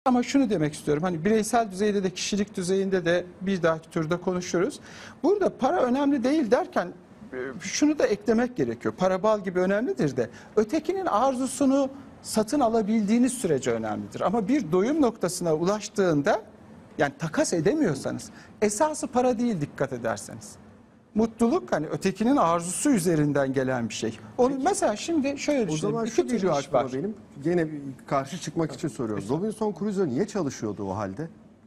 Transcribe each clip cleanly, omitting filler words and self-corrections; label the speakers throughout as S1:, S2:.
S1: Ama şunu demek istiyorum, hani bireysel düzeyde de kişilik düzeyinde de bir dahaki turda konuşuruz. Burada para önemli değil derken şunu da eklemek gerekiyor. Para bal gibi önemlidir de ötekinin arzusunu satın alabildiğiniz sürece önemlidir. Ama bir doyum noktasına ulaştığında, yani takas edemiyorsanız, esası para değil dikkat ederseniz. Mutluluk hani ötekinin arzusu üzerinden gelen bir şey. Onu mesela şimdi şöyle düşünelim.
S2: O zaman
S1: İki
S2: şu
S1: tür
S2: geliyor
S1: iş var.
S2: aklıma benim. Gene karşı çıkmak için soruyorum. Robinson Crusoe niye çalışıyordu o halde?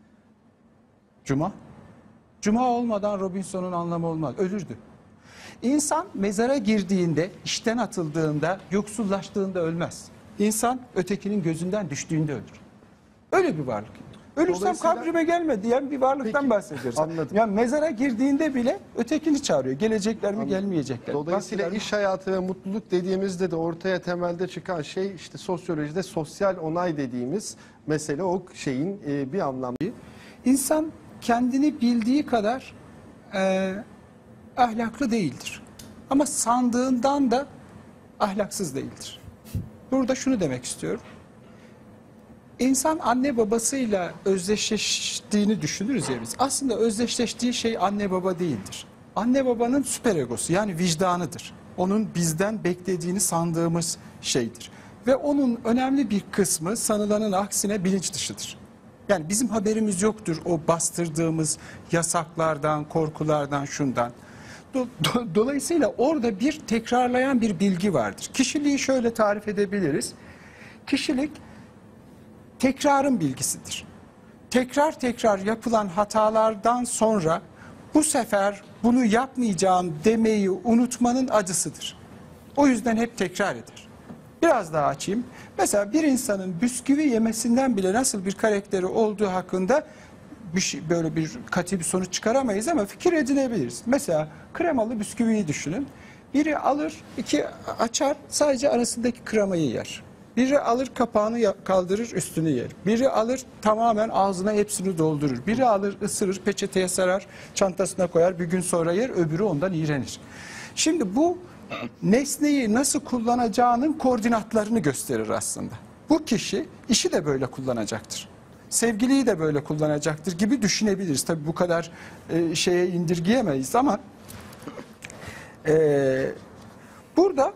S1: Cuma. Cuma olmadan Robinson'un anlamı olmaz. Ölürdü. İnsan mezara girdiğinde, işten atıldığında, yoksullaştığında ölmez. İnsan ötekinin gözünden düştüğünde ölür. Öyle bir varlık. Ölürsem
S2: Dolayısıyla...
S1: kabrime gelme diyen bir varlıktan
S2: Peki,
S1: bahsediyoruz.
S2: anladım.
S1: Yani mezara girdiğinde bile ötekini çağırıyor. Gelecekler mi, gelmeyecekler mi?
S2: Dolayısıyla iş hayatı ve mutluluk dediğimizde de ortaya temelde çıkan şey işte sosyolojide sosyal onay dediğimiz mesele, o şeyin bir anlamda.
S1: İnsan kendini bildiği kadar ahlaklı değildir. Ama sandığından da ahlaksız değildir. Burada şunu demek istiyorum. İnsan anne babasıyla özdeşleştiğini düşünürüz ya biz. Aslında özdeşleştiği şey anne baba değildir. Anne babanın süperegosu, yani vicdanıdır. Onun bizden beklediğini sandığımız şeydir. Ve onun önemli bir kısmı sanılanın aksine bilinç dışıdır. Yani bizim haberimiz yoktur o bastırdığımız yasaklardan, korkulardan, şundan. Dolayısıyla orada bir tekrarlayan bir bilgi vardır. Kişiliği şöyle tarif edebiliriz. Kişilik tekrarın bilgisidir. Tekrar tekrar yapılan hatalardan sonra bu sefer bunu yapmayacağım demeyi unutmanın acısıdır. O yüzden hep tekrar eder. Biraz daha açayım. Mesela bir insanın bisküvi yemesinden bile nasıl bir karakteri olduğu hakkında bir şey, böyle bir katı bir sonuç çıkaramayız ama fikir edinebiliriz. Mesela kremalı bisküviyi düşünün. Biri alır, iki açar, sadece arasındaki kremayı yer. Biri alır kapağını kaldırır, üstünü yer. Biri alır tamamen ağzına hepsini doldurur. Biri alır ısırır, peçeteye sarar, çantasına koyar, bir gün sonra yer, öbürü ondan iğrenir. Şimdi bu nesneyi nasıl kullanacağının koordinatlarını gösterir aslında. Bu kişi işi de böyle kullanacaktır. Sevgiliyi de böyle kullanacaktır gibi düşünebiliriz. Tabii bu kadar şeye indirgeyemeyiz ama burada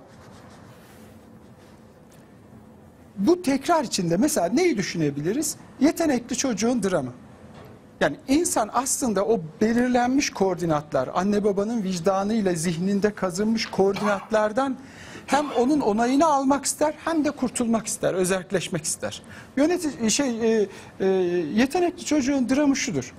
S1: bu tekrar içinde mesela neyi düşünebiliriz? Yetenekli çocuğun dramı. Yani insan aslında o belirlenmiş koordinatlar, anne babanın vicdanıyla zihninde kazınmış koordinatlardan hem onun onayını almak ister hem de kurtulmak ister, özerkleşmek ister. Yetenekli çocuğun dramı şudur.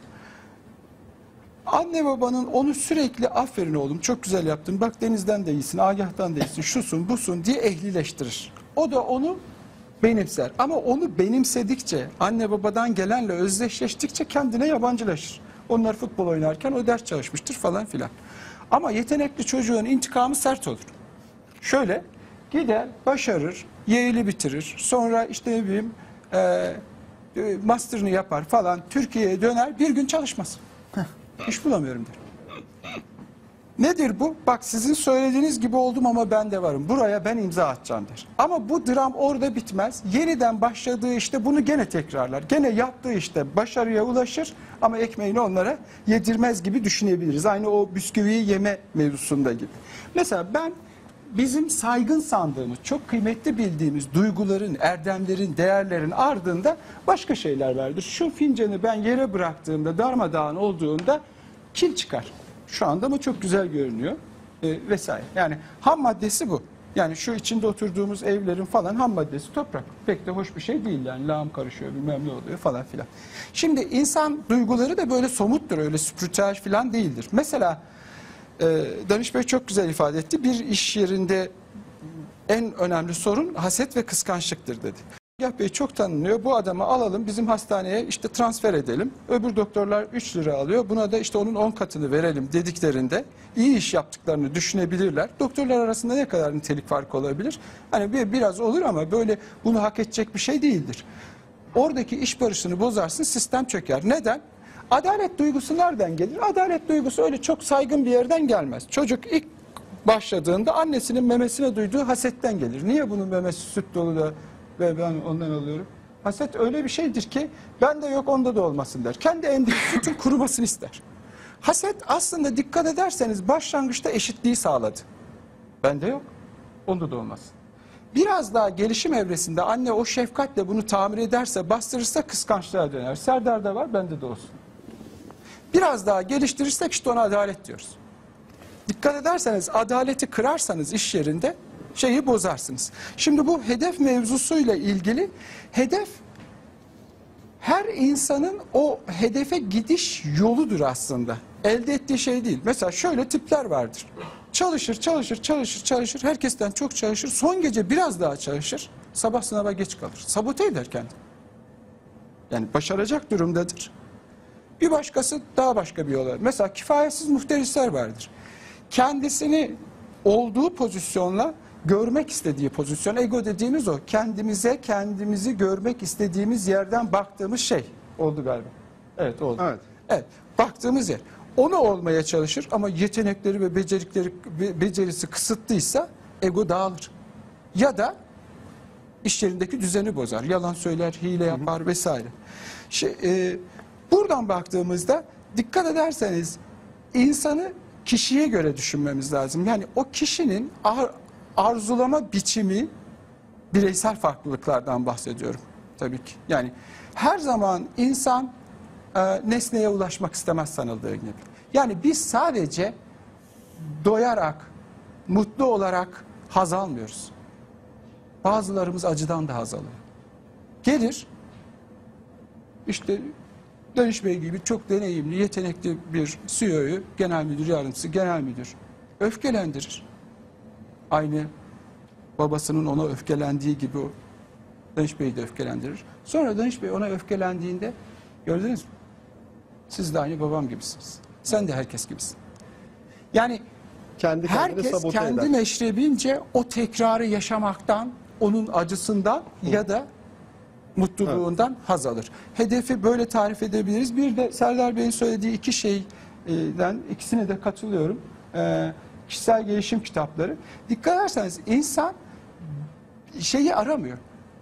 S1: Anne babanın onu sürekli aferin oğlum çok güzel yaptın, bak denizden de iyisin, agahtan da iyisin, şusun busun diye ehlileştirir. O da onu benimser. Ama onu benimsedikçe, anne babadan gelenle özdeşleştikçe kendine yabancılaşır. Onlar futbol oynarken o ders çalışmıştır falan filan. Ama yetenekli çocuğun intikamı sert olur. Şöyle gider, başarır, Yale'i bitirir. Sonra işte ne bileyim master'ını yapar falan. Türkiye'ye döner, bir gün çalışmaz. İş bulamıyorum der. Nedir bu? Bak sizin söylediğiniz gibi oldum ama ben de varım. Buraya ben imza atacağım der. Ama bu dram orada bitmez. Yeniden başladığı işte bunu gene tekrarlar. Gene yaptığı işte başarıya ulaşır ama ekmeğini onlara yedirmez gibi düşünebiliriz. Aynı o bisküviyi yeme mevzusunda gibi. Mesela ben bizim saygın sandığımız, çok kıymetli bildiğimiz duyguların, erdemlerin, değerlerin ardında başka şeyler vardır. Şu fincanı ben yere bıraktığımda, darmadağın olduğunda kil çıkar. Şu anda ama çok güzel görünüyor vesaire. Yani ham maddesi bu. Yani şu içinde oturduğumuz evlerin falan ham maddesi toprak. Pek de hoş bir şey değil yani, lağım karışıyor bilmem ne oluyor falan filan. Şimdi insan duyguları da böyle somuttur, öyle spiritüel falan değildir. Mesela Danış Bey çok güzel ifade etti. Bir iş yerinde en önemli sorun haset ve kıskançlıktır dedi. Agah Bey çok tanınıyor. Bu adamı alalım bizim hastaneye işte transfer edelim. Öbür doktorlar 3 lira alıyor. Buna da işte onun 10 katını verelim dediklerinde iyi iş yaptıklarını düşünebilirler. Doktorlar arasında ne kadar nitelik farkı olabilir? Hani biraz olur ama böyle bunu hak edecek bir şey değildir. Oradaki iş barışını bozarsın, sistem çöker. Neden? Adalet duygusu nereden gelir? Adalet duygusu öyle çok saygın bir yerden gelmez. Çocuk ilk başladığında annesinin memesine duyduğu hasetten gelir. Niye bunun memesi süt dolu da ve ben ondan alıyorum? Haset öyle bir şeydir ki bende yok onda da olmasın der. Kendi endişesi sütün kurumasını ister. Haset aslında dikkat ederseniz başlangıçta eşitliği sağladı. Bende yok onda da olmasın. Biraz daha gelişim evresinde anne o şefkatle bunu tamir ederse, bastırırsa kıskançlığa döner. Serdar'da var, bende de olsun. Biraz daha geliştirirsek işte ona adalet diyoruz. Dikkat ederseniz adaleti kırarsanız iş yerinde şeyi bozarsınız. Şimdi bu hedef mevzusuyla ilgili hedef her insanın o hedefe gidiş yoludur aslında. Elde ettiği şey değil. Mesela şöyle tipler vardır. Çalışır, çalışır, çalışır, çalışır. Herkesten çok çalışır. Son gece biraz daha çalışır. Sabah sınava geç kalır. Sabote eder kendini. Yani başaracak durumdadır. Bir başkası daha başka bir yol. Mesela kifayetsiz muhterisler vardır. Kendisini olduğu pozisyonla görmek istediği pozisyon, ego dediğimiz o. Kendimizi görmek istediğimiz yerden baktığımız şey. Oldu galiba. Evet oldu.
S2: Evet.
S1: Evet, baktığımız yer. Onu olmaya çalışır ama yetenekleri ve becerisi kısıtlıysa ego dağılır. Ya da iş yerindeki düzeni bozar. Yalan söyler, hile yapar vesaire. Buradan baktığımızda dikkat ederseniz insanı kişiye göre düşünmemiz lazım. Yani o kişinin arzulama biçimi, bireysel farklılıklardan bahsediyorum tabii ki. Yani her zaman insan nesneye ulaşmak istemez sanıldığı gibi. Yani biz sadece doyarak, mutlu olarak haz almıyoruz. Bazılarımız acıdan da haz alıyor. Gelir, işte Danış Bey gibi çok deneyimli, yetenekli bir CEO'yu, genel müdür yardımcısı, genel müdür öfkelendirir. Aynı babasının ona öfkelendiği gibi o Danış Bey'i de öfkelendirir. Sonra Danış Bey ona öfkelendiğinde gördünüz mü? Siz de aynı babam gibisiniz. Sen de herkes gibisin. Yani
S2: Kendi kendini
S1: herkes
S2: sabote
S1: kendi
S2: eder.
S1: meşrebince o tekrarı yaşamaktan, onun acısından ya da mutluluğundan haz alır. Hedefi böyle tarif edebiliriz. Bir de Serdar Bey'in söylediği iki şeyden ikisine de katılıyorum. Kişisel gelişim kitapları. Dikkat ederseniz insan şeyi aramıyor.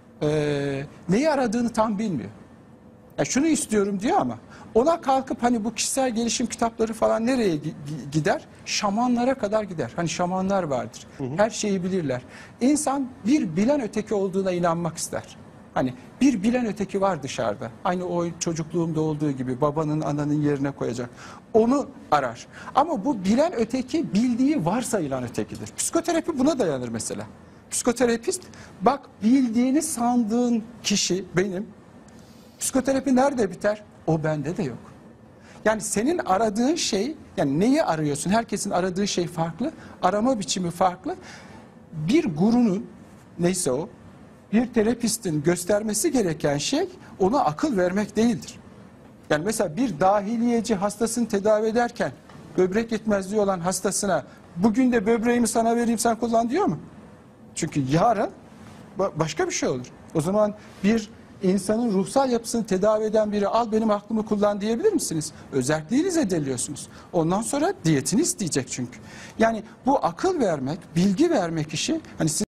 S1: Neyi aradığını tam bilmiyor. Ya şunu istiyorum diyor ama ona kalkıp hani bu kişisel gelişim kitapları falan nereye gider? Şamanlara kadar gider. Hani şamanlar vardır. Her şeyi bilirler. İnsan bir bilen öteki olduğuna inanmak ister. Hani bir bilen öteki var dışarıda. Aynı o çocukluğumda olduğu gibi babanın ananın yerine koyacak. Onu arar. Ama bu bilen öteki bildiği varsayılan ötekidir. Psikoterapi buna dayanır mesela. Psikoterapist bak bildiğini sandığın kişi benim. Psikoterapi nerede biter? O bende de yok. Yani senin aradığın şey, yani neyi arıyorsun? Herkesin aradığı şey farklı. Arama biçimi farklı. Bir gurunun, neyse o, bir terapistin göstermesi gereken şey ona akıl vermek değildir. Yani mesela bir dahiliyeci hastasını tedavi ederken böbrek yetmezliği olan hastasına bugün de böbreğimi sana vereyim sen kullan diyor mu? Çünkü yarın başka bir şey olur. O zaman bir insanın ruhsal yapısını tedavi eden biri al benim aklımı kullan diyebilir misiniz? Özerkliğini zedeliyorsunuz. Ondan sonra diyetini isteyecek çünkü. Yani bu akıl vermek, bilgi vermek işi hani